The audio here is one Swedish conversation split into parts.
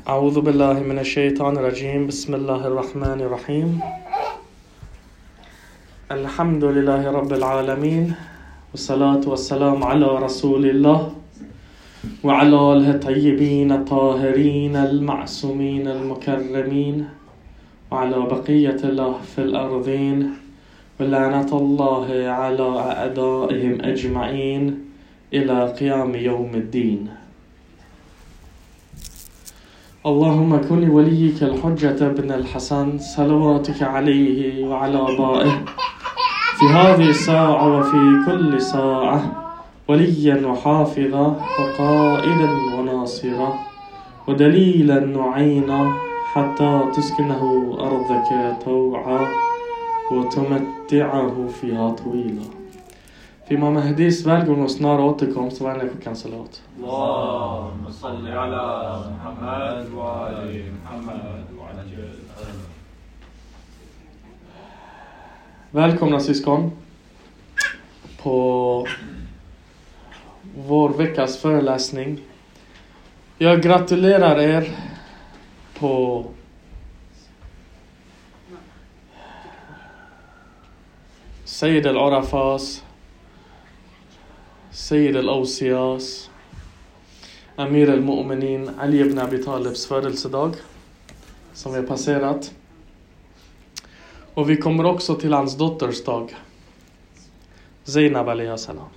أعوذ بالله من الشيطان الرجيم بسم الله الرحمن الرحيم الحمد لله رب العالمين والصلاة والسلام على رسول الله وعلى آله الطيبين الطاهرين المعصومين المكرمين وعلى بقية الله في الأرضين ولعنة الله على أعدائهم أجمعين إلى قيام يوم الدين. اللهم كن وليك الحجة بن الحسن صلواتك عليه وعلى آبائه في هذه الساعة وفي كل ساعة وليا وحافظا وقائدا وناصرا ودليلا وعينا حتى تسكنه أرضك طوعا وتمتعه فيها طويلا. في Mahdis välgång och snar återkomst var en skickan salat. Allahumma salli ala Muhammad wa ali Muhammad wa ala Välkomna syskon på vår veckas föreläsning. Jag gratulerar er på Sayyid al-Arafas, Sayyid al-Awsiyas, Amir al-Mu'minin, Ali ibn Abi Talibs födelsedag som vi har passerat. Och vi kommer också till hans dotters dag, Zainab alayhi salam.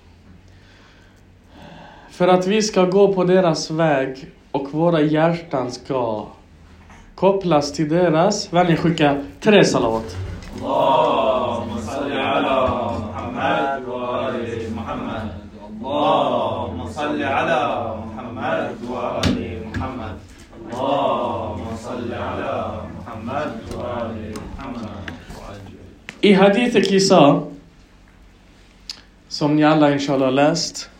För att vi ska gå på deras väg och våra hjärtan ska kopplas till deras, vill ni skicka 3 salawat. Allahumma salli ala Muhammad wa ali Muhammad. Allahumma salli ala Muhammad wa ali Muhammad. Allahumma salli ala Muhammad wa ali Muhammad. I hadith Kisa, som ni alla inshallah har läst,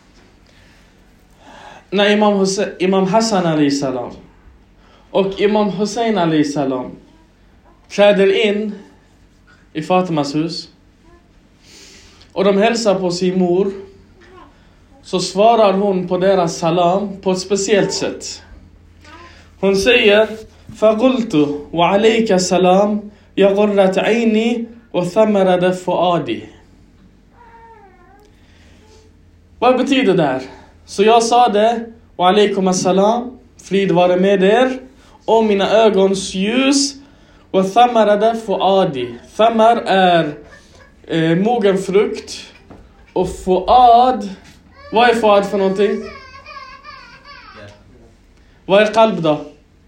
när Imam Hassan alayhi salam och Imam Hussein alayhi salam träder in i Fatimas hus och de hälsar på sin mor, så svarar hon på deras salam på ett speciellt sätt. Hon säger: "Faqultu wa alayka salam ya qurrat aini wa thamarada fuadi." Vad betyder det här? Så jag sa det: "Wa alaykum assalam, frid vare med er, och mina ögons ljus, wa thamarada fuadi." Thamar är mogen frukt, och fuad, vad är fuad för någonting? Vad är qalb då?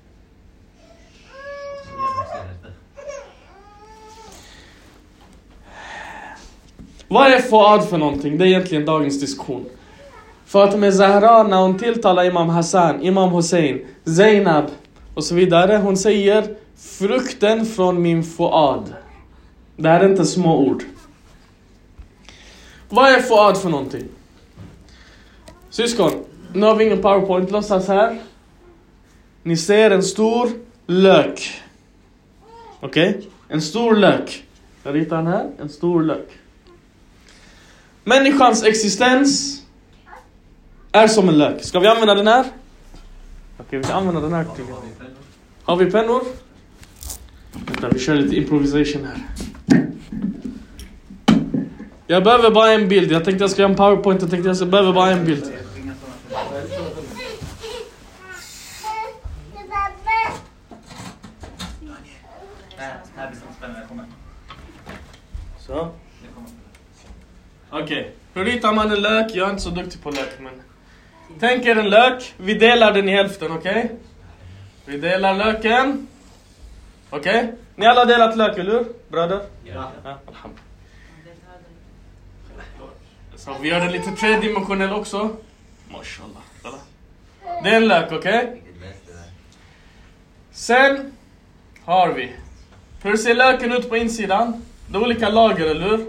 Vad är fuad för någonting? Det är egentligen dagens diskussion. För att med Zahra, när hon tilltalar Imam Hassan, Imam Hussein, Zainab och så vidare, hon säger frukten från min fuad. Det här är inte små ord. Vad är fuad för någonting? Syskon, nu har vi ingen PowerPoint, låtsas här. Ni ser en stor lök. Okej? En stor lök. Jag ritar den här, en stor lök. Människans existens är som en lök. Ska vi använda den här? Okej, vi ska använda den här. Har vi pennor? Vänta, vi kör lite improvisation här. Jag behöver bara en bild. Jag tänkte jag ska göra en PowerPoint. Jag behöver bara en bild. Så. Okej. Hur ritar man en lök? Jag är inte så duktig på lök, men tänk er en lök. Vi delar den i hälften, okej? Vi delar löken. Okej? Ni alla har delat lök, eller hur? Bröder? Ja. Alhamdulillah. Så vi gör den lite tredimensionell också. Mashallah. Det är en lök, okej? Sen har vi, hur ser löken ut på insidan? Det är olika lager, eller hur?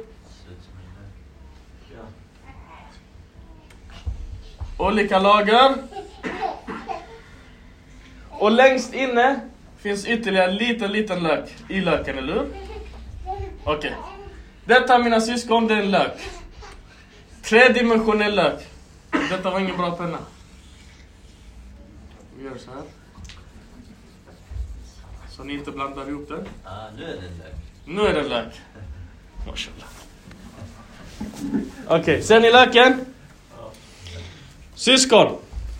Olika lager. Och längst inne finns ytterligare en liten lök i löken, eller hur? Okej. Detta, mina syskon, det är en lök. Tredimensionell lök. Detta var ingen bra penna. Vi gör så här. Så ni inte blandar ihop det. Nu är det lök. Nu är det lök. Mashallah. Okej, ser ni löken? Syskon.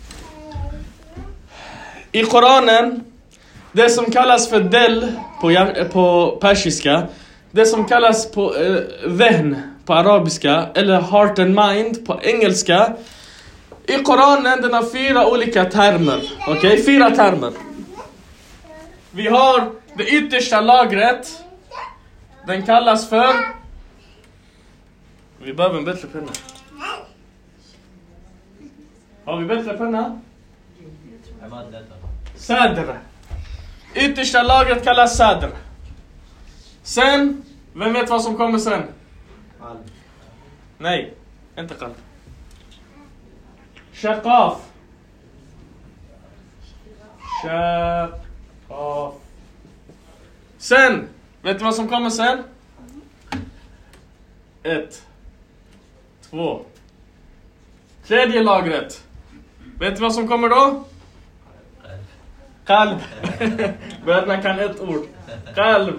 I Koranen, det som kallas för del på persiska, det som kallas på vehn på arabiska, eller heart and mind på engelska. I Koranen, den har 4 olika termer. Okej, 4 termer. Vi har det yttersta lagret. Den kallas för... Vi behöver en bättre penna. Har vi bättre penna? Sadr. Yttersta lagret kallas sadr. Sen, vem vet vad som kommer sen? Nej, inte qalb. Shaqaf. Shaqaf. Sen, vet du vad som kommer sen? 1, 2. Tredje lagret. Vet du vad som kommer då? Qalb. Börjarna kan ett ord. Qalb.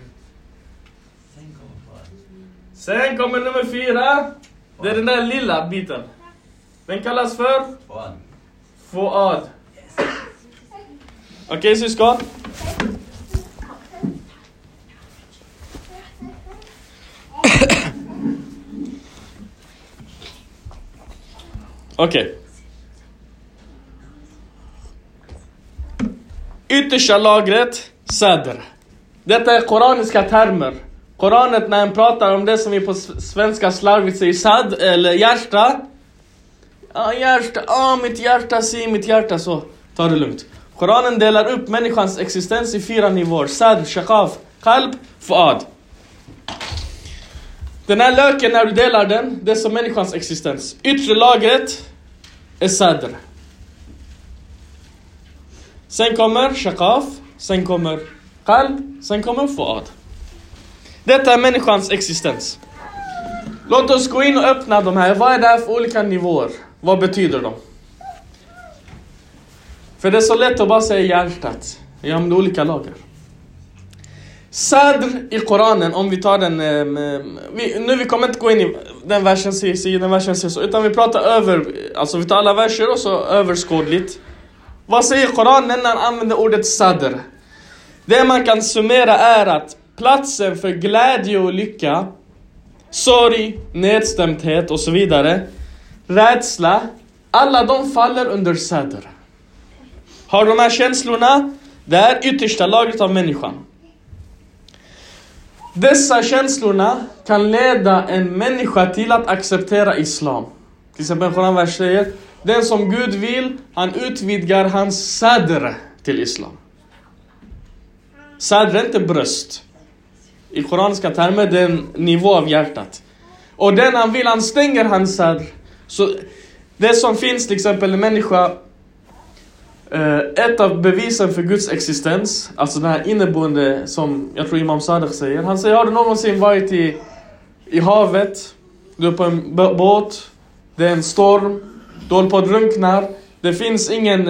Sen kommer nummer 4. Det är den där lilla biten. Den kallas för? Fuad. Okej, syskon. Okej. Yttersta lagret, sadr. Detta är koraniska termer. Koranet, när han pratar om det som vi på svenska slarvigt säger sad eller hjärta. Mitt hjärta, mitt hjärta, så ta det lugnt. Koranen delar upp människans existens i 4 nivåer. Sadr, shaqaf, qalb, fuad. Den här löken, när du delar den, det är som människans existens. Yttre lagret är sadr. Sen kommer shaqaf, sen kommer qalb, sen kommer fuad. Detta är människans existens. Låt oss gå in och öppna de här. Vad är det här för olika nivåer? Vad betyder de? För det är så lätt att bara säga hjärtat. Ja, men det är olika lager. Sadr i Koranen, om vi tar den... vi kommer inte gå in i den versen så, utan vi pratar över... Alltså vi tar alla verser och så överskådligt. Vad säger Koranen när han använder ordet sadr? Det man kan summera är att platsen för glädje och lycka, sorg, nedstämdhet och så vidare, rädsla, alla de faller under sadr. Har de här känslorna, det är yttersta lagret av människan. Dessa känslorna kan leda en människa till att acceptera islam. Till exempel en Koranvers säger, den som Gud vill, han utvidgar hans sadr till islam. Sadr är inte bröst. I koranska termer det är en nivå av hjärtat. Och den han vill, han stänger hans sadr. Så det som finns till exempel en människa, ett av bevisen för Guds existens, alltså den här inneboende som jag tror Imam Sadiq säger. Han säger, har du någonsin varit i havet, du är på en båt, det är en storm, du håller på att drunknar, det finns ingen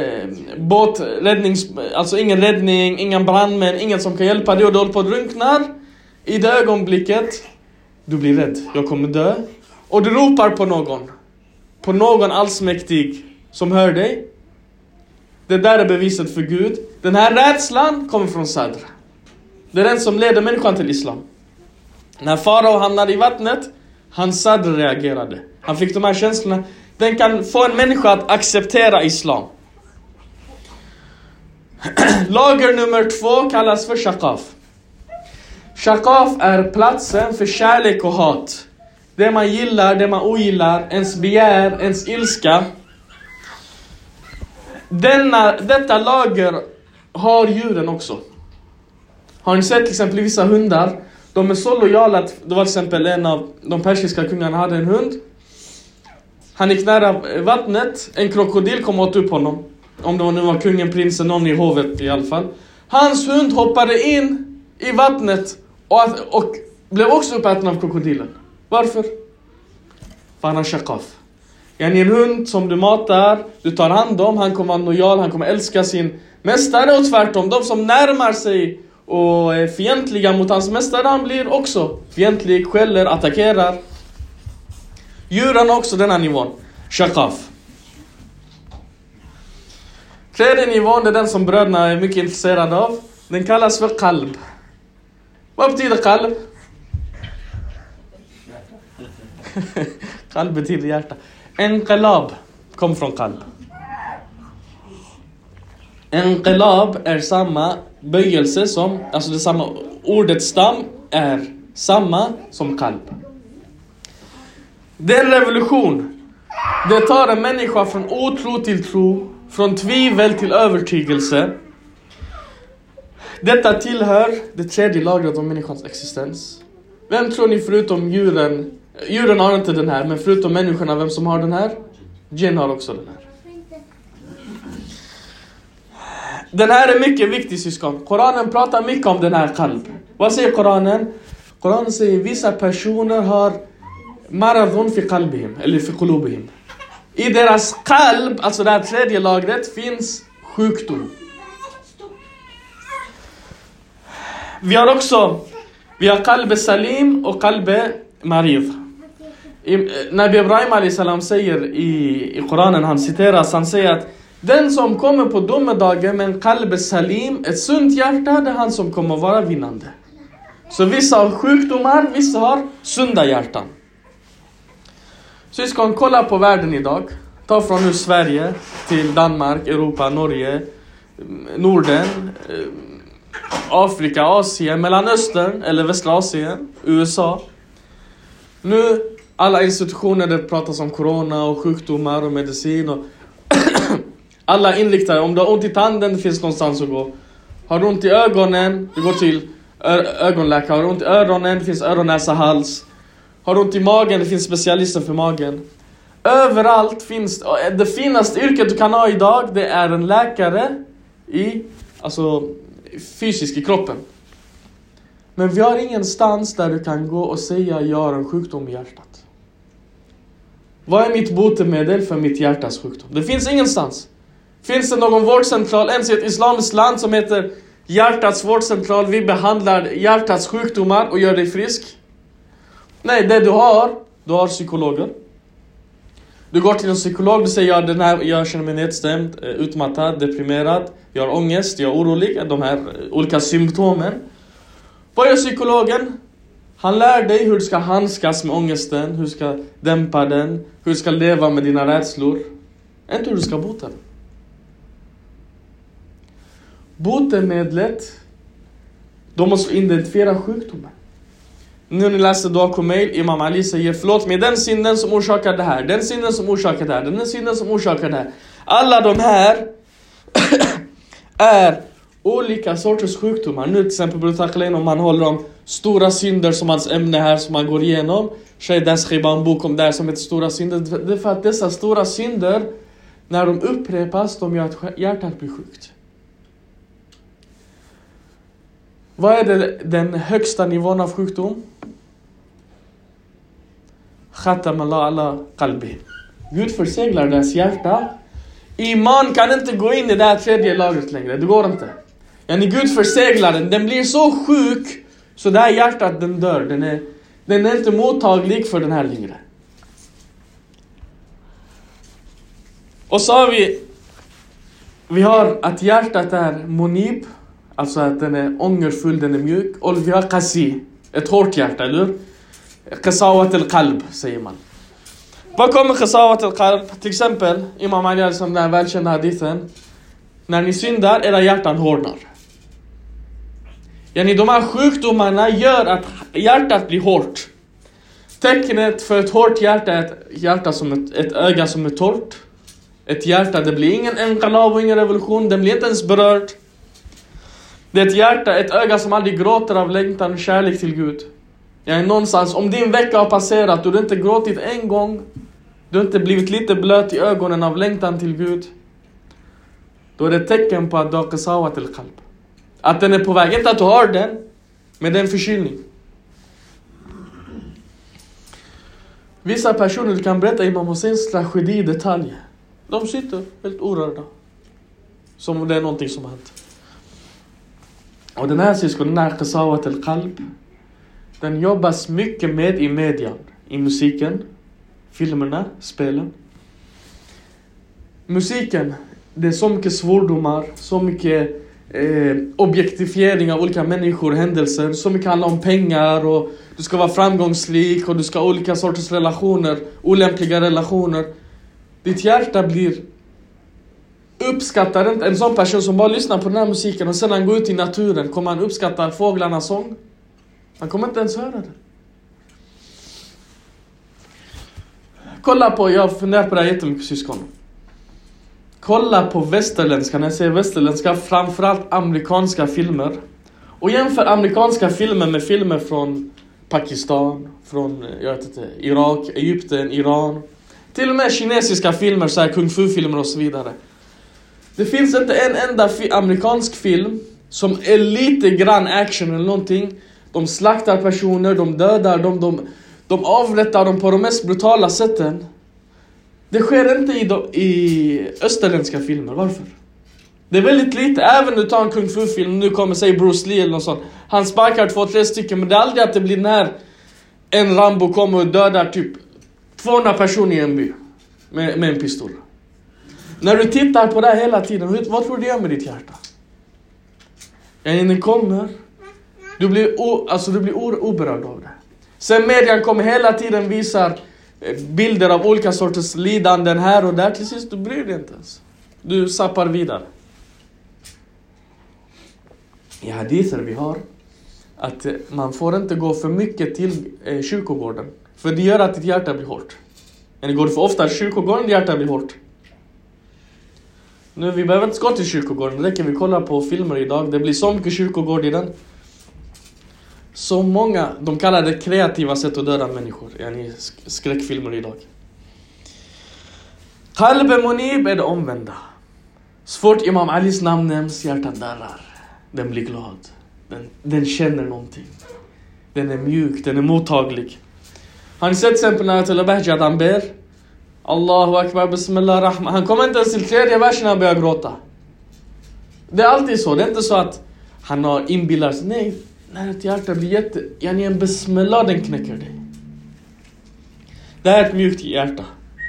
alltså ingen räddning, ingen brandmän, ingen som kan hjälpa dig och du håller på att drunknar. I det ögonblicket, du blir rädd, jag kommer dö. Och du ropar på någon allsmäktig som hör dig. Det där är beviset för Gud. Den här rädslan kommer från sadr. Det är den som leder människan till islam. När farao hamnade i vattnet, hans sadr reagerade. Han fick de här känslorna. Den kan få en människa att acceptera islam. Lager nummer 2 kallas för shaqaf. Shaqaf är platsen för kärlek och hat. Det man gillar, det man ogillar, ens begär, ens ilska. Detta lager har djuren också. Har ni sett till exempel vissa hundar? De är så lojala att det var till exempel en av de persiska kungarna hade en hund. Han gick nära vattnet, en krokodil kom åt upp honom. Om det nu var kungen, prinsen, någon i hovet i alla fall. Hans hund hoppade in i vattnet och blev också uppäten av krokodilen. Varför? För han har shaqaf. En hund som du matar, du tar hand om, han kommer vara lojal, han kommer älska sin mästare, och tvärtom. De som närmar sig och är fientliga mot hans mästare, han blir också fientlig, skäller, attackerar. Djuren också den här nivån. Shaqaf. Tredje nivån är den som bröderna är mycket intresserade av. Den kallas för qalb. Vad betyder qalb? Qalb betyder hjärta. Enqilab kom från qalb. Enqilab är samma böjelse som, alltså det samma ordets stam är samma som qalb. Det är en revolution. Det tar en människa från otro till tro, från tvivel till övertygelse. Detta tillhör det tredje lagret av människans existens. Vem tror ni förutom djuren? Djuren har inte den här, men förutom människorna, vem som har den här? Djinn har också den här. Den här är mycket viktig, syskon. Koranen pratar mycket om den här qalb. Vad säger Koranen? Koranen säger vissa personer har maradun fi qalbihim, eller fi qulubihim. I deras qalb, alltså det här tredje lagret, finns sjukdom. Vi har qalb salim och qalb marid. Nabi Ibrahim a.s. säger i Koranen, han citeras, han säger att den som kommer på domedagen med en qalb salim, ett sunt hjärta, det är han som kommer vara vinnande. Så vissa har sjukdomar, vissa har sunda hjärtan. Syskon, kolla på världen idag. Ta från nu Sverige till Danmark, Europa, Norge, Norden, Afrika, Asien, Mellanöstern eller Västra Asien, USA. Nu alla institutioner där pratas om corona och sjukdomar och medicin och alla inriktade. Om du har ont i tanden, det finns någonstans att gå. Har du ont i ögonen, du går till ögonläkare. Har du ont i öronen, det finns öron, näsa, hals. Har du ont i magen, det finns specialister för magen. Överallt finns det finaste yrket du kan ha idag, det är en läkare fysiskt i kroppen. Men vi har ingenstans där du kan gå och säga jag har en sjukdom i hjärtat. Vad är mitt botemedel för mitt hjärtas sjukdom? Det finns ingenstans. Finns det någon vårdcentral ens i ett islamiskt land som heter hjärtats vårdcentral? Vi behandlar hjärtats sjukdomar och gör dig frisk. Nej, det du har psykologer. Du går till en psykolog, du säger jag känner mig nedstämd, utmattad, deprimerad, jag har ångest, jag är orolig, de här olika symptomen. Vad gör psykologen? Han lär dig hur du ska handskas med ångesten, hur du ska dämpa den, hur du ska leva med dina rädslor. Inte hur du ska bota den. Botemedlet, de måste identifiera sjukdomen. Nu ni läste Dua Kumail, Imam Ali säger förlåt mig, den synden som orsakar det här, den synden som orsakar det här, den synden som orsakar det här. Alla de här är olika sorters sjukdomar. Nu till exempel Brutaklein, om man håller om stora synder som hans ämne här som man går igenom. Shaydas skriver en bok om det här som heter stora synder. Det är för att dessa stora synder, när de upprepas, de gör att hjärtat blir sjukt. Vad är den högsta nivån av sjukdom? Khatam Allah ala qalbi. Gud förseglar deras hjärta. Iman kan inte gå in i det här tredje lagret längre. Det går inte. Gud förseglar den. Den blir så sjuk så det här hjärtat, den dör. Den är inte mottaglig för den här längre. Och så har vi har att hjärtat är monib. Alltså att den är ångerfull, den är mjuk. Och vi har qasi, ett hårt hjärta, eller hur? Qasawat al-qalb, säger man. Vad kommer qasawat al-qalb? Till exempel, Imam Ali, som den välkända hadithen. När ni syndar, era hjärtan hårdnar. De här sjukdomarna gör att hjärtat blir hårt. Tecknet för ett hårt hjärta är ett hjärta som ett öga som är torrt. Ett hjärta, det blir ingen enqalab och ingen revolution. Den blir inte ens berörd. Det är ett hjärta, ett öga som aldrig gråter av längtan och kärlek till Gud. Någonstans, om din vecka har passerat, du har inte gråtit en gång, du har inte blivit lite blöt i ögonen av längtan till Gud, då är det ett tecken på att du har qasawat al-qalb. Att den är på väg, inte att du har den, men det är en förkylning. Vissa personer, du kan berätta Imam Husseins tragedi i detalj. De sitter helt orörda. Som det är någonting som har hänt. Och den här syskon, den här Qasawat al-Qalb, den jobbas mycket med i median. I musiken, filmerna, spelen. Musiken, det är så mycket svordomar, så mycket objektifiering av olika människor och händelser. Så mycket handlar om pengar och du ska vara framgångsrik och du ska ha olika sorters relationer, olämpliga relationer. Ditt hjärta blir uppskattar inte en sån person som bara lyssnar på den här musiken och sedan han går ut i naturen, kommer han uppskatta fåglarnas sång? Han kommer inte ens höra det. Kolla på, jag funderar på det här jättemycket syskon. Kolla på västerländska, när jag säger västerländska, framförallt amerikanska filmer. Och jämför amerikanska filmer med filmer från Pakistan, från, jag vet inte, Irak, Egypten, Iran. Till och med kinesiska filmer, så här kung fu-filmer och så vidare. Det finns inte en enda amerikansk film som är lite grann action eller någonting. De slaktar personer, de dödar dem, de avrättar dem på de mest brutala sätten. Det sker inte i österländska filmer. Varför? Det är väldigt lite. Även om du tar en kung fu-film, nu kommer säga Bruce Lee eller något sånt. Han sparkar 2-3 stycken, men det är aldrig att det blir när en Rambo kommer och dödar typ 200 personer i en by med en pistol. När du tittar på det här hela tiden, vad tror du det gör med ditt hjärta? Den kommer, du blir oberörd av det. Sen median kommer hela tiden visar bilder av olika sorters lidanden här och där. Till sist, du bryr dig inte ens. Du sappar vidare. I hadither vi har att man får inte gå för mycket till kyrkogården. För det gör att ditt hjärta blir hårt. Men det går för ofta till kyrkogården, ditt hjärta blir hårt. Nu, vi behöver inte gå till kyrkogården. Det räcker vi kolla på filmer idag. Det blir så mycket kyrkogård i den. Så många, de kallar det kreativa sätt att döda människor. Yani skräckfilmer idag. Qalb munib är det omvända. Så fort Imam Alis namn nämns, hjärtat darrar. Den blir glad. Den känner någonting. Den är mjuk, den är mottaglig. Har ni sett exempel när Ayatollah Bahjat han ber? Allahu Akbar, Bismillah Rahman. Han kommer inte ens till 3:e versen när han börjar gråta. Det är alltid så. Det är inte så att han har inbillat sig. Nej, när ett hjärta blir en Bismillah, den knäcker dig. Det är ett mjukt hjärta.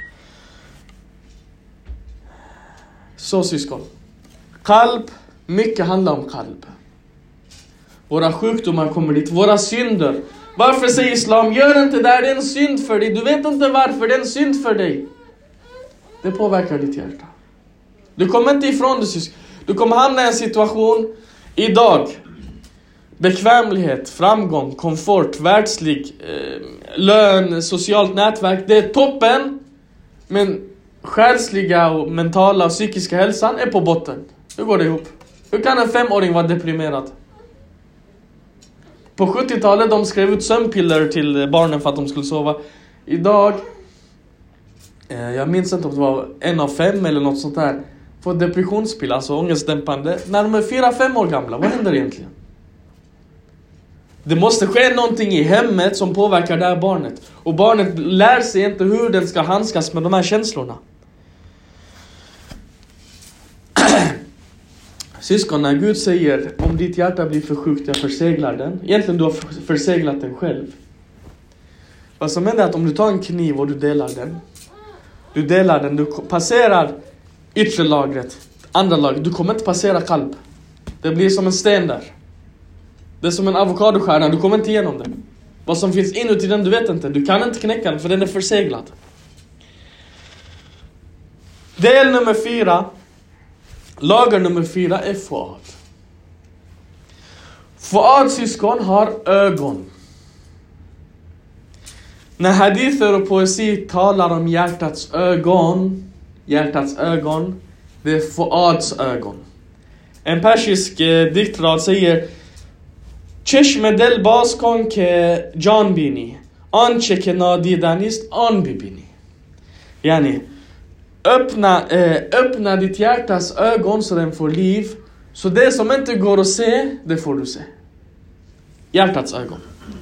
Så syskon. Qalb, mycket handlar om qalb. Våra sjukdomar kommer dit, våra synder. Varför säger islam, gör inte det här, det är en synd för dig. Du vet inte varför, det är en synd för dig. Det påverkar ditt hjärta. Du kommer inte ifrån det, syskon. Du kommer hamna i en situation idag. Bekvämlighet, framgång, komfort, världslig, lön, socialt nätverk. Det är toppen. Men själsliga och mentala och psykiska hälsan är på botten. Hur går det ihop? Hur kan en 5-åring vara deprimerad? På 70-talet de skrev ut sömnpiller till barnen för att de skulle sova. Idag, jag minns inte om det var 1 av 5 eller något sånt där, får depressionspiller, alltså ångestdämpande, när de är 4-5 år gamla. Vad händer egentligen? Det måste ske någonting i hemmet som påverkar det här barnet. Och barnet lär sig inte hur den ska handskas med de här känslorna. Syskon, när Gud säger om ditt hjärta blir för sjukt, jag förseglar den. Egentligen du har förseglat den själv. Vad som händer är att om du tar en kniv och du delar den, du passerar yttre lagret, andra lagret. Du kommer inte passera qalb. Det blir som en sten där. Det är som en avokadostjärna, du kommer inte igenom den. Vad som finns inuti den, du vet inte. Du kan inte knäcka den för den är förseglad. Del nummer 4. Lager nummer 4 är fuad. Fuad, syskon, har ögon. När hadither och poesi talar om hjärtats ögon, det är fuads ögon. En persisk diktrad säger: چشم دل باز کن که جان بینی آنچه که نادیدنی است آن ببینی. Yani öppna ditt hjärtas ögon så den får liv. Så det som inte går att se, det får du se. Hjärtats ögon.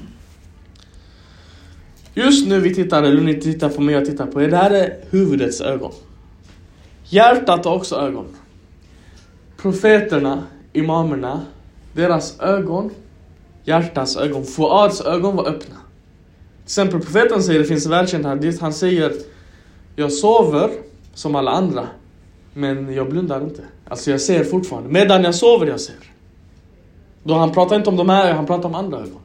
Just nu vi tittar, eller ni tittar på mig och tittar på er, det här är huvudets ögon. Hjärtat har också ögon. profeterna, imamerna, deras ögon, hjärtas ögon, Fuads ögon var öppna. Till exempel profeten säger, det finns en välkänd hadith, han säger, jag sover som alla andra, men jag blundar inte. Alltså jag ser fortfarande. Medan jag sover, jag ser. Då han pratar inte om de här, han pratar om andra ögon.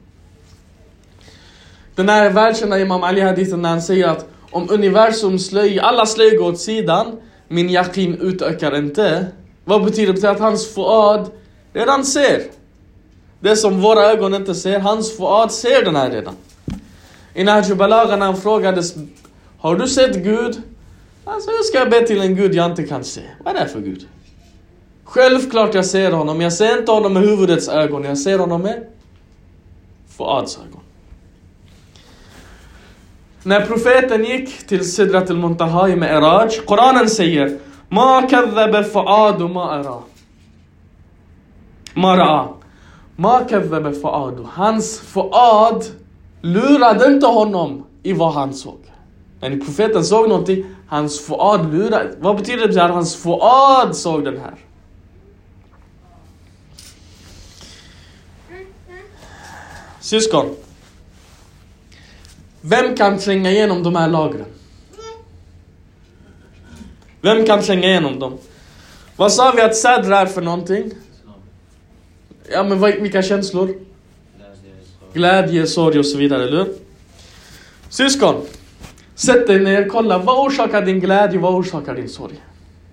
Den här välkända Imam Ali hadithen när han säger att om universums alla slöj går åt sidan, min yaqin utökar inte. Vad betyder det? Betyder att hans fuad redan ser. Det som våra ögon inte ser, hans fuad ser den här redan. I Nahj Balagha när han frågades, har du sett Gud? Alltså hur ska jag be till en Gud jag inte kan se? Vad är det för Gud? Självklart jag ser honom. Jag ser inte honom med huvudets ögon. Jag ser honom med fuads ögon. När profeten gick till Sidrat al-Muntaha i Mi'raj, Koranen säger, Ma kadhaba fuadu ma ara. Ma ra'a. Ma kadhaba fuadu. Hans fuad lurade inte honom i vad han såg. När profeten såg någonting, hans fuad lurade. Vad betyder det att hans fuad såg den här? Syskon, vem kan tränga igenom de här lagren? Vem kan tränga igenom dem? Vad sa vi att sadr är för någonting? Ja, men vilka känslor? Glädje, sorg och så vidare, eller? Syskon, sätt dig ner, kolla, vad orsakar din glädje, vad orsakar din sorg?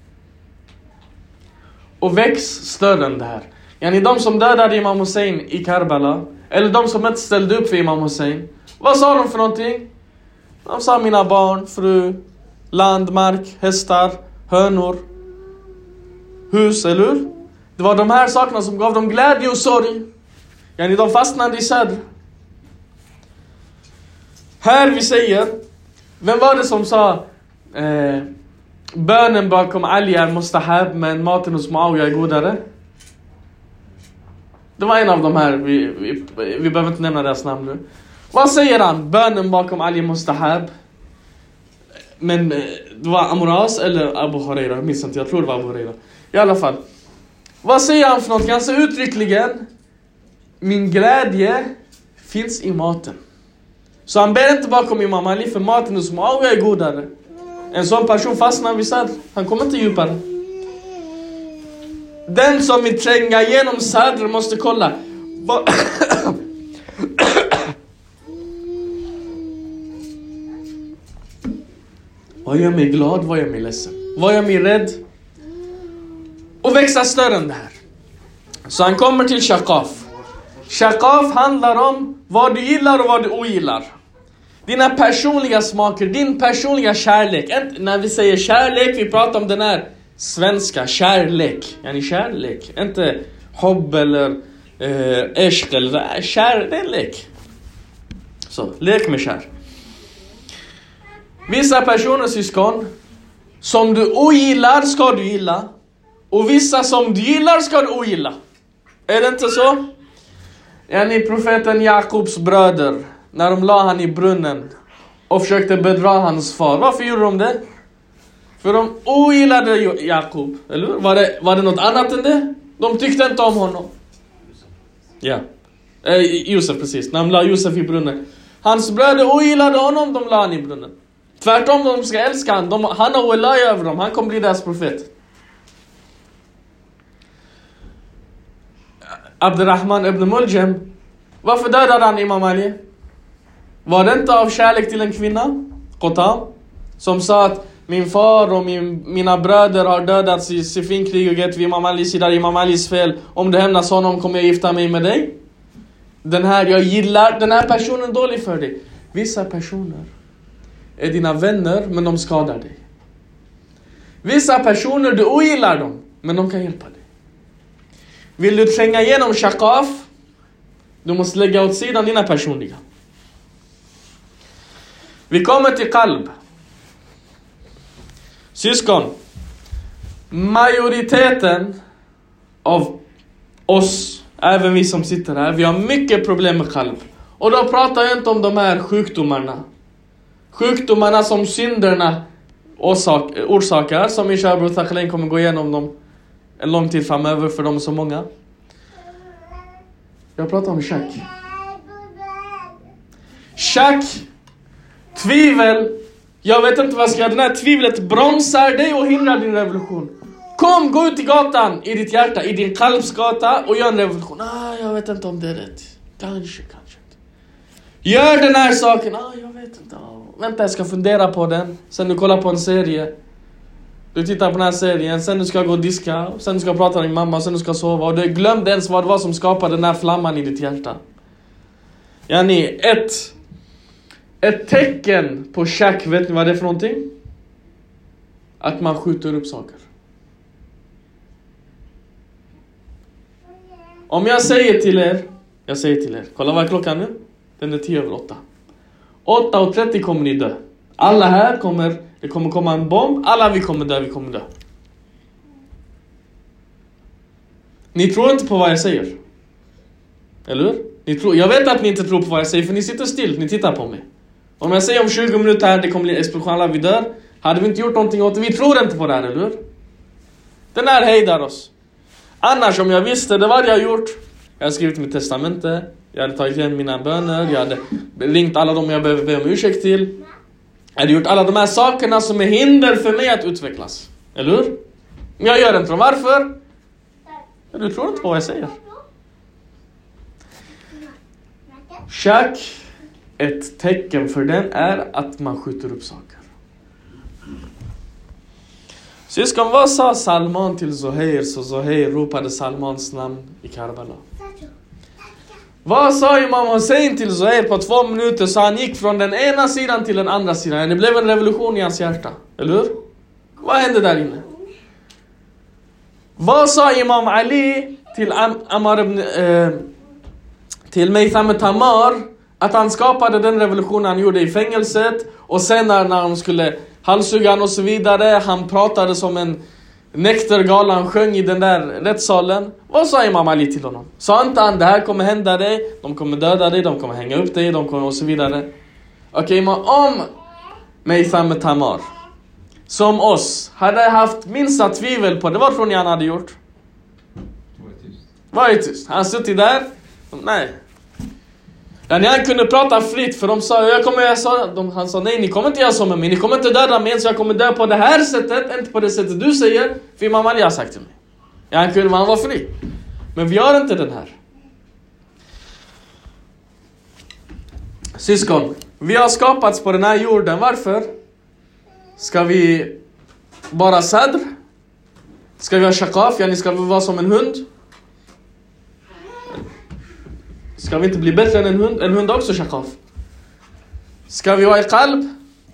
Och väx större än det här. Yani de som dödade Imam Hussein i Karbala, eller de som inte ställde upp för Imam Hussein, vad sa de för någonting? De sa mina barn, fru, land, mark, hästar, hönor, hus, eller hur? Det var de här sakerna som gav dem glädje och sorg. Yani de fastnade i sadr. Här vi säger, vem var det som sa bönen bakom Ali är mustahab, men maten hos Muawiya är godare? Det var en av de här, vi behöver inte nämna deras namn nu. Vad säger han? Bönen bakom Ali mustahab. Men det var Amuras eller Abu Huraira, jag minns inte, jag tror det var Abu Huraira. I alla fall. Vad säger han för något? Ganska uttryckligen, min glädje finns i maten. Så han ber inte bakom Imam Ali, för maten hos Muawiya är godare. En sån person fastnar vid sadr. Han kommer inte djupare. Den som vill tränga igenom sadr måste kolla. Vad gör mig glad? Vad gör mig ledsen? Vad gör mig rädd? Och växa större än det här. Så han kommer till Shaqaf. Shaqaf handlar om vad du gillar och vad du ogillar. Dina personliga smaker, din personliga kärlek. När vi säger kärlek, vi pratar om den här svenska kärlek. Yani kärlek. Inte hobb eller eshk eller kärlek. Så, lek med kär. Vissa personer, syskon, som du ogillar ska du gilla. Och vissa som du gillar ska du ogilla. Är det inte så? Yani profeten Jakobs bröder, när de la han i brunnen och försökte bedra hans far. Varför gjorde de det? För de ogillade Jakob, eller hur? Var det något annat än det? De tyckte inte om honom. Ja. Josef, precis. När de la Josef i brunnen. Hans bröder ogillade honom, de la han i brunnen. Tvärtom, de ska älska han. Han har wilaya över dem. Han kommer bli deras profet. Abdurrahman ibn Muljam. Varför dödade han Imam Ali? Var det inte av kärlek till en kvinna? Qotam. Som sa att min far och mina bröder har dödats i Sifinkriget vid Imam Alis sida. Imam Alis fel. Om det hämnas honom kommer jag gifta mig med dig. Jag gillar den här personen dålig för dig. Vissa personer är dina vänner, men de skadar dig. Vissa personer, du ogillar dem, men de kan hjälpa dig. Vill du tränga igenom Shaqaf? Du måste lägga åt sidan dina personliga. Vi kommer till qalb. Syskon, majoriteten av oss, även vi som sitter här, vi har mycket problem med qalb. Och då pratar jag inte om de här sjukdomarna. Sjukdomarna som synderna orsakar, som Isha Abu Thaqlain kommer gå igenom dem en lång tid framöver för de är så många. Jag pratar om shack. Shack, tvivel. Jag vet inte vad jag ska göra. Den här tvivlet bromsar dig och hindrar din revolution. Kom, gå ut i gatan i ditt hjärta, i din kalvsgata och gör en revolution. Jag vet inte om det är rätt. Kanske inte. Gör den här saken. Jag vet inte. Vänta, jag ska fundera på den. Sen du kollar på en serie. Du tittar på den här serien. Sen du ska gå och diska. Sen du ska prata med din mamma. Sen du ska sova. Och du glömde ens vad det var som skapade den här flamman i ditt hjärta. Ett tecken på shack, vet ni vad det är för någonting? Att man skjuter upp saker. Om jag säger till er, kolla vad är klockan nu? Den är 10:08. 8:30 kommer ni dö. Alla här det kommer komma en bomb. Alla vi kommer dö. Ni tror inte på vad jag säger. Eller hur? Jag vet att ni inte tror på vad jag säger, för ni sitter still, ni tittar på mig. Om jag säger om 20 minuter här, det kommer bli explosion, alla vi dör. Hade vi inte gjort någonting åt det, vi tror inte på det här, eller hur? Den här hejdar oss. Annars, om jag visste det, vad hade jag gjort? Jag hade skrivit mitt testamente. Jag hade tagit igen mina böner. Jag hade ringt alla de jag behöver be om ursäkt till. Jag hade gjort alla de här sakerna som är hinder för mig att utvecklas. Eller hur? Men jag gör inte dem. Varför? Du tror inte på vad jag säger. Shack, ett tecken för den är att man skjuter upp saker. Syskon, vad sa Salman till Zuhair? Så Zuhair ropade Salmans namn i Karbala. Vad sa Imam Hussein till Zuhair på 2 minuter? Så han gick från den ena sidan till den andra sidan. Det blev en revolution i hans hjärta. Eller hur? Vad hände där inne? Vad sa Imam Ali till till Maytham Tamar? Att han skapade den revolutionen han gjorde i fängelset. Och sen när de skulle halshugga och så vidare. Han pratade som en näktergal. Han sjöng i den där rättssalen. Vad sa Imam Ali till honom? Sa inte han, det här kommer hända dig. De kommer döda dig, de kommer hänga upp dig. De kommer och så vidare. Okej, men om Maytham Tamar som oss hade haft minsta tvivel på det, vad tror ni han hade gjort? Varit tyst. Han suttit där. Nej. Han kunde prata fritt, för de sa, han sa nej, ni kommer inte göra så med mig. Ni kommer inte döda mig, så jag kommer dö på det här sättet, inte på det sättet du säger. För Imam Ali har sagt till mig. Han var fri. Men vi gör inte den här. Syskon, vi har skapats på den här jorden. Varför? Ska vi bara sadr? Ska vi ha shakaf? Ska vi vara som en hund? Ska vi inte bli bättre än en hund? En hund också shakaf. Ska vi vara i qalb?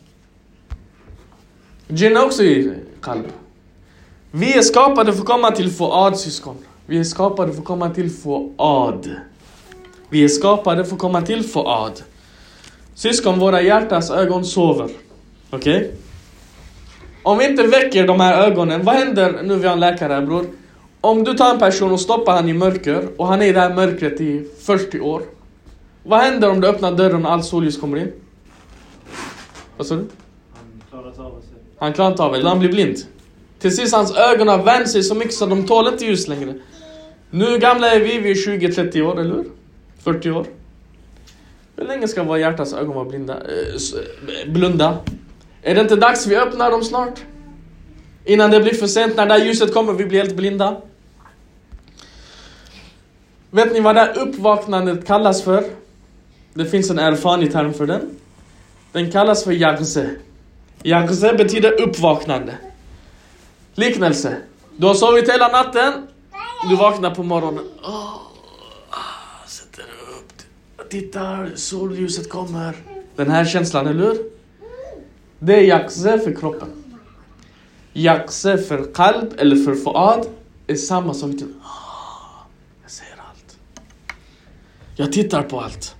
Jinn också i qalb. Vi är skapade för att komma till fuad, syskon. Vi är skapade för att komma till fuad. Vi är skapade för att komma till fuad. Syskon, våra hjärtas ögon sover. Okej? Om vi inte väcker de här ögonen, vad händer nu? Vi har en läkare här, bror. Om du tar en person och stoppar han i mörker och han är i det här mörkret i 40 år. Vad händer om du öppnar dörren och all solljus kommer in? Vad sa du? Han klarar inte av det. Han blir blind. Till sist hans ögon har vänt sig så mycket så de tål inte ljus längre. Nu gamla är vi är 20-30 år, eller hur? 40 år. Hur länge ska våra hjärtas ögon vara blunda? Är det inte dags vi öppnar dem snart? Innan det blir för sent, när det här ljuset kommer, vi blir helt blinda. Vet ni vad det här uppvaknandet kallas för? Det finns en erfaren term för den. Den kallas för yaghze. Yaghze betyder uppvaknande. Liknelse. Du har sovit hela natten. Du vaknar på morgonen. Sätter upp. Tittar, solljuset kommer. Den här känslan, eller hur? Det är yaghze för kroppen. Yaghze för qalb eller för fuad är samma sak till. Jag ser allt. Jag tittar på allt.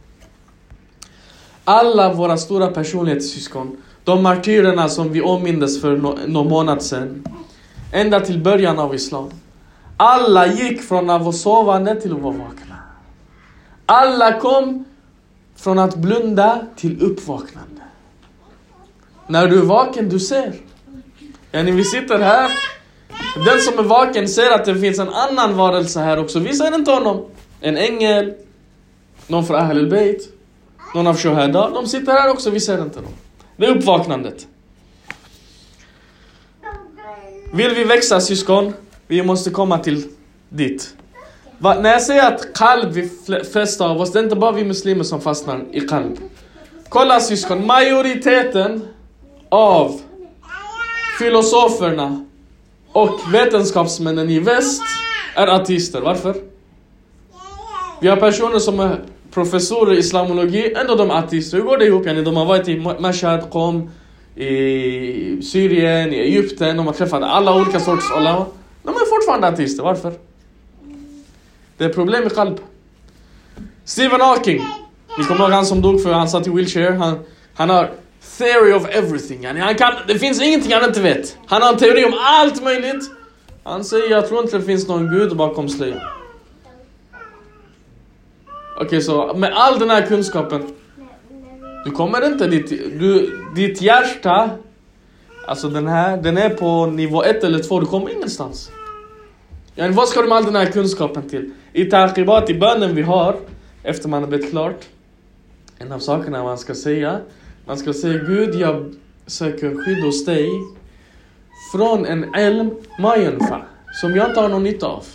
Alla våra stora personlighetssyskon, de martyrerna som vi ommindes för någon månad sedan, ända till början av islam, alla gick från att vara sovande till att vara vakna. Alla kom från att blunda till uppvaknande. När du är vaken, du ser. Vi sitter här. Den som är vaken ser att det finns en annan varelse här också. Vi ser inte honom. En ängel, någon från Ahl al-Bayt, någon av Shuhada. De sitter här också, vi ser inte dem. Det är uppvaknandet. Vill vi växa, syskon, vi måste komma till dit. När jag säger att qalb vi flesta av oss, det är inte bara vi muslimer som fastnar i qalb. Kolla, syskon, majoriteten av filosoferna och vetenskapsmännen i väst är ateister. Varför? Vi har personer som är professorer i islamologi, ändå de är ateister. Hur går det ihop? De har varit i Mashhad, Qom, i Syrien, i Egypten. De har träffat alla olika sorts ulama. De är fortfarande ateister. Varför? Det är problem med qalb. Stephen Hawking, ni kommer ihåg han som dog för han satt i wheelchair. Han har theory of everything. Det finns ingenting han inte vet. Han har en teori om allt möjligt. Han säger, jag tror inte det finns någon gud bakom slöjan. Okej, så med all den här kunskapen, du kommer inte ditt hjärta, alltså den är på nivå 1 eller 2, du kommer ingenstans. Vad ska du med all den här kunskapen till? I taqibat, i bönen vi har, efter man har blivit klart, en av sakerna man ska säga, Gud, jag söker skydd hos dig från en ilm mayanfa, som jag inte har någon nytta av.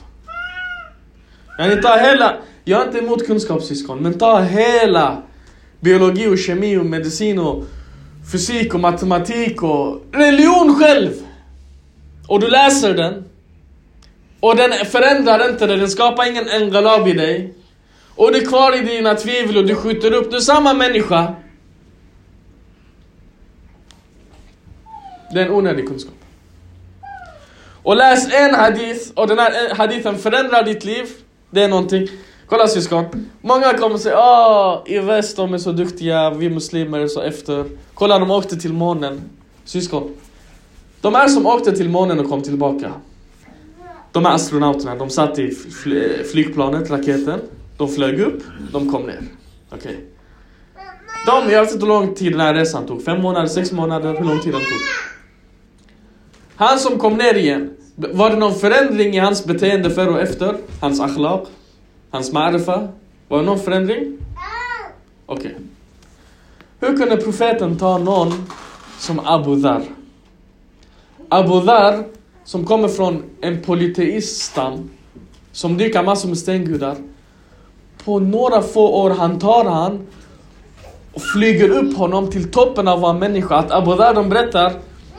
Jag är inte emot kunskapssyskon, men ta hela biologi och kemi och medicin och fysik och matematik och religion själv. Och du läser den. Och den förändrar inte det, den skapar ingen engalab i dig. Och du är kvar i dina tvivel och du skjuter upp, du är samma människa. Det är en onödig kunskap. Och läs en hadith, och den här hadithen förändrar ditt liv. Det är någonting. Kolla, syskon. Många kommer och säger, i väst de är så duktiga, vi muslimer är så efter. Kolla, de åkte till månen. Syskon. De är som åkte till månen och kom tillbaka. De här astronauterna, de satt i flygplanet, raketen. De flög upp, de kom ner. Okej. Jag vet inte hur lång tid den här resan tog. 5 månader, 6 månader, hur lång tid den tog. Han som kom ner igen, var det någon förändring i hans beteende före och efter? Hans akhlaq? Hans ma'rifa? Var det någon förändring? Okej. Hur kunde profeten ta någon som Abu Dhar? Abu Dhar, som kommer från en polyteiststam, som dyrkar massor med stengudar. På några få år tar han och flyger upp honom till toppen av en människa. Att Abu Dhar, de berättar,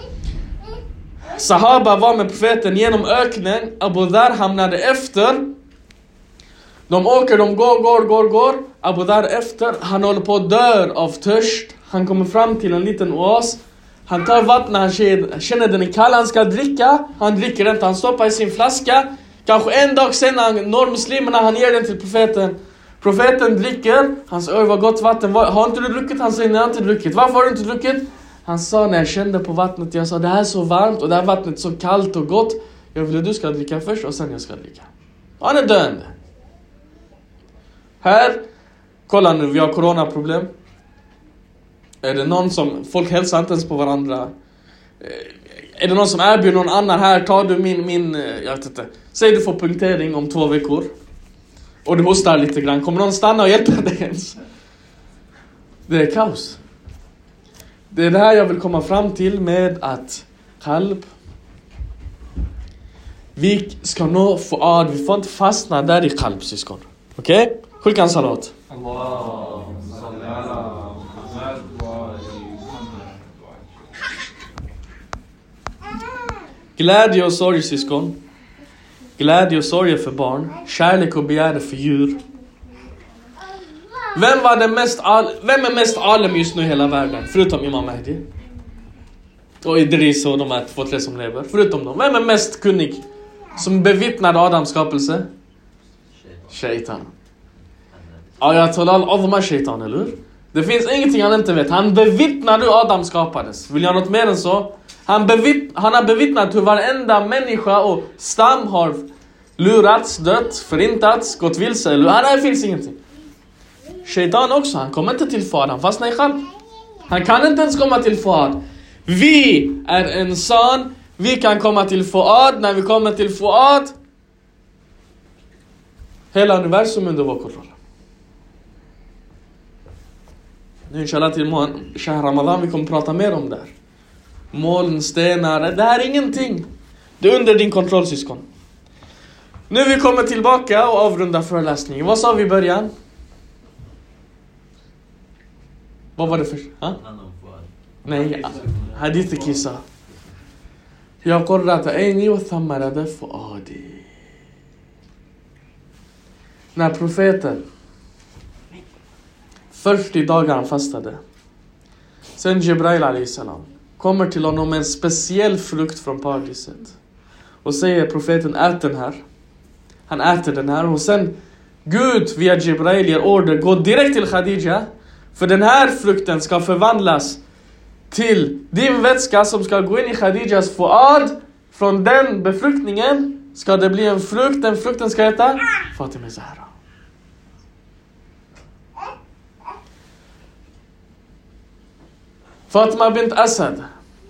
Sahaba var med profeten genom öknen. Abu Dhar hamnade efter. De åker, de går. Abu Dhar efter. Han håller på att dö av törst. Han kommer fram till en liten oas. Han tar vatten, han känner den är kall, han ska dricka. Han dricker inte, han stoppar i sin flaska. Kanske en dag senare når muslimerna, han ger den till profeten. Profeten dricker, han säger, vad gott vatten. Har inte du druckit? Han säger, nej, jag har inte druckit. Varför har du inte druckit? Han sa, när jag kände på vattnet, jag sa, det här är så varmt och det här vattnet är så kallt och gott. Jag vill att du ska dricka först och sen jag ska dricka. Han är döende. Här, kolla nu, vi har coronaproblem. Är det någon som, folk hälsar inte ens på varandra. Är det någon som erbjuder någon annan här, tar du min jag vet inte. Säg du får punktering om 2 veckor. Och du hostar lite grann. Kommer någon stanna och hjälpa dig ens? Det är kaos. Det är det här jag vill komma fram till med att qalb. Vi ska nå fuad. Vi får inte fastna där i qalb, syskon. Okej? Skicka en salat. Glädje och sorg, syskon. Glädje och sorg för barn. Kärlek och begär för djur. Vem är mest alim just nu i hela världen? Förutom Imam Mahdi. Och Idris och de här 2-3 som lever. Förutom dem. Vem är mest kunnig? Som bevittnade Adams skapelse? Shaitan. Ayatollah al-Azma Shaitan, eller hur? Det finns ingenting han inte vet. Han bevittnade hur Adam skapades. Vill jag något mer än så? Han har bevittnat hur varenda människa och stam har lurats, dött, förintats, gått vilse. Här finns ingenting. Shaitan också, han kommer inte till fad. Han fastnar i qalb. Han kan inte ens komma till fad. Vi är insan. Vi kan komma till Fuad. När vi kommer till Fuad, hela universum under vår kontroll. Nu inshallah till Shahr Ramadan vi kommer prata mer om det här. Moln, stenar, det här är ingenting. Det är under din kontroll, syskon. Nu vi kommer tillbaka och avrunda föreläsningen. Vad sa vi i början? Vad var det för? Ha? Nej, hadith kissa. Jag قرة عيني وثمرة فؤادي. När profeten 40 dagar han fastade. Sen Jibrail alaihissalam kommer till honom med en speciell frukt från paradiset. Och säger profeten, ät den här. Han äter den här. Och sen Gud via Jibrail ger order, gå direkt till Khadija. För den här frukten ska förvandlas till din vätska som ska gå in i Khadijas fuad. Från den befruktningen ska det bli en frukt. Den frukten ska heta Fatima Zahra. Fatima bint Asad.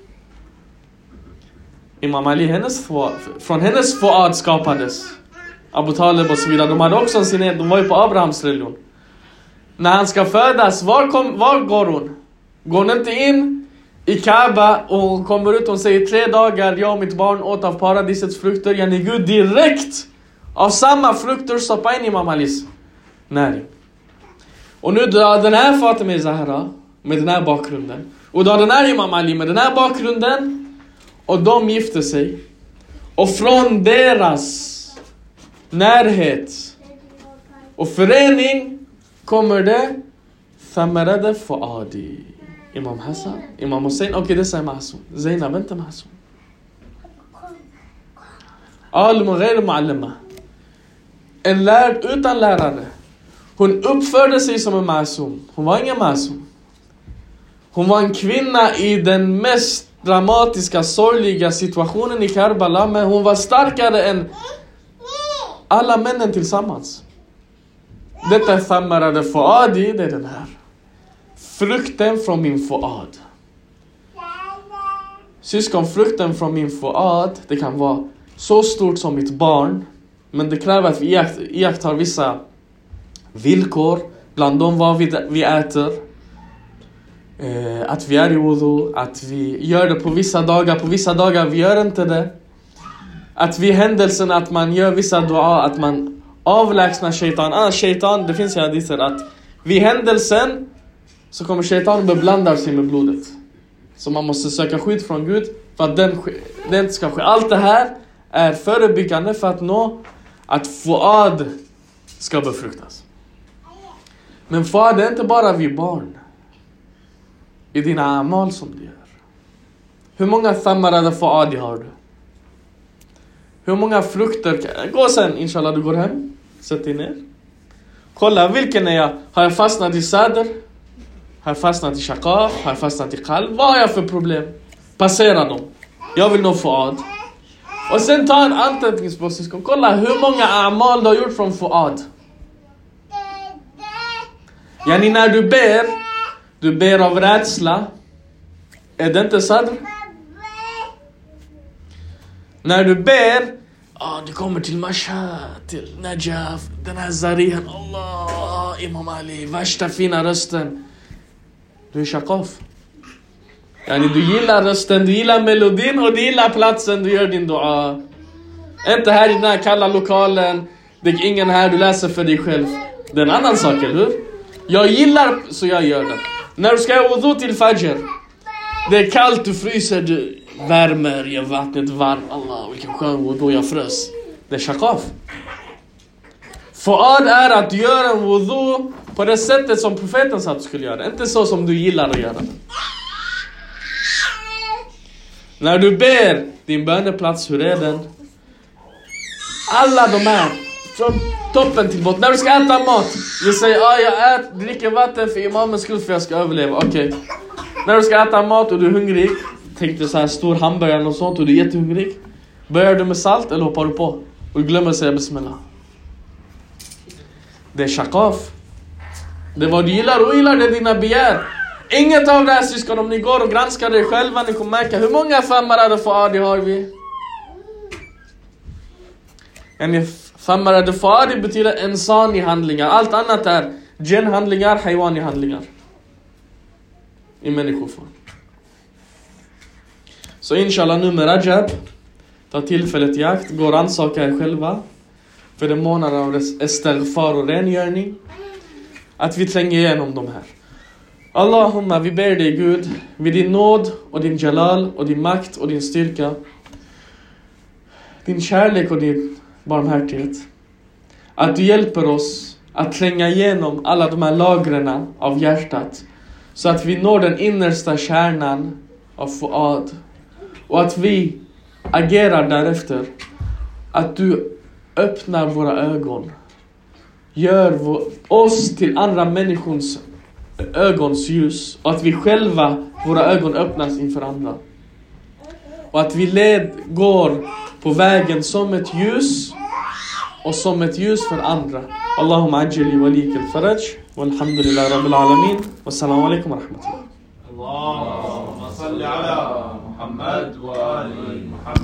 Imam Ali, från hennes fuad skapades Abu Talib och så vidare. De hade också en sinet, de var ju på Abrahams religion. När han ska födas, var går hon? Går hon inte in i Kaaba och hon kommer ut och säger 3 dagar jag och mitt barn åt av paradisets frukter. Yani Gud direkt av samma frukter stoppar in Imam Alis näring. Och nu drar den här Fatima Zahra med den här bakgrunden. Och då den här Imam Ali med den här bakgrunden. Och de gifter sig. Och från deras närhet och förening kommer det Thamarada Fuadi. Imam Hassan, Imam Hussein, okej det säger Mahsum. Zainab inte Mahsum. Alim och ghair muallima. En lärd utan lärare. Hon uppförde sig som en Mahsum. Hon var ingen Mahsum. Hon var en kvinna i den mest dramatiska, sorgliga situationen i Karbala. Men hon var starkare än alla männen tillsammans. Detta är Thamarada Fuadi, det är den här. Frukten från min fuad. Syskon, frukten från min fuad, det kan vara så stort som mitt barn. Men det kräver att vi iakttar vissa villkor. Bland dem vad vi äter. Att vi är i wudu. Att vi gör det på vissa dagar. På vissa dagar vi gör inte det. Att vi händelsen att man gör vissa dua. Att man avlägsnar shaitan. Annars shaitan, det finns ju hadither att vid händelsen så kommer shaitan beblanda sig med blodet. Så man måste söka skydd från Gud för att det inte ska ske. Allt det här är förebyggande för att nå att fuad ska befruktas. Men fuad är inte bara vid barn. I dina amal som du gör. Hur många thamarada fuadi har du? Hur många frukter? Gå sen, inshallah, du går hem. Sätt dig ner. Kolla, vilken är jag? Har jag fastnat i sadr? Har jag fastnat i shaqaf? Har jag fastnat i qalb? Vad har jag för problem? Passera dem. Jag vill nå fuad. Och sen ta en anteckningsbok. Kolla hur många amal du har gjort från fuad. Yani när du ber av rädsla. Är det inte sadr? När du ber, du kommer till Mashhad, till Najaf, den här Zarihan, Allah, Imam Ali, värsta fina rösten. Du är shaqaf. Yani du gillar rösten, du gillar melodin och du gillar platsen, du gör din dua. Inte här i den här kalla lokalen, det är ingen här, du läser för dig själv. Det är en annan sak, eller hur? Jag gillar, så jag gör det. När du ska göra wudu till fajr, det är kallt, du fryser, du värmer, gör vattnet varmt. Allah, vilken skön wudu, jag frös. Det är shaqaf. Fuad är att göra en wudu på det sättet som profeten sa att du skulle göra. Inte så som du gillar att göra. När du ber din böneplats, hur är den? Alla de här, från toppen till botten. När du ska äta mat, du säger, jag dricker vatten för imamens skull för jag ska överleva. Okej. När du ska äta mat och du är hungrig, tänk dig så här stor hamburgare och sånt och du är jättehungrig. Börjar du med salt eller hoppar du på? Och du glömmer att säga bismillah. Det är shaqaf. Det är vad du gillar och gillar, det är dina begär. Inget av det här syskon, om ni går och granskar det själva, ni kommer märka hur många femmarade fuadi har vi. En femmarade fuadi betyder insani handlingar. Allt annat är djinn-handlingar, hajwani-handlingar. I människoform. Så inshallah nu med Rajab, ta tillfället i akt, gå och rannsaka er själva. För det månader av istighfar och rengörning. Att vi tränger igenom de här. Allahumma, vi ber dig Gud, vid din nåd och din jalal och din makt och din styrka, din kärlek och din barmhärtighet, att du hjälper oss att tränga igenom alla de här lagren av hjärtat, så att vi når den innersta kärnan av fuad, och att vi agerar därefter, att du öppnar våra ögon, gör oss till andra människors ögons ljus, och att vi själva, våra ögon öppnas inför andra, och att vi går på vägen som ett ljus och som ett ljus för andra. Allahumma ajli walik al-faraj walhamdulillah rabbil alamin wassalamu alaikum wa rahmatullah. Allahumma salli ala Muhammad wa ali Muhammad.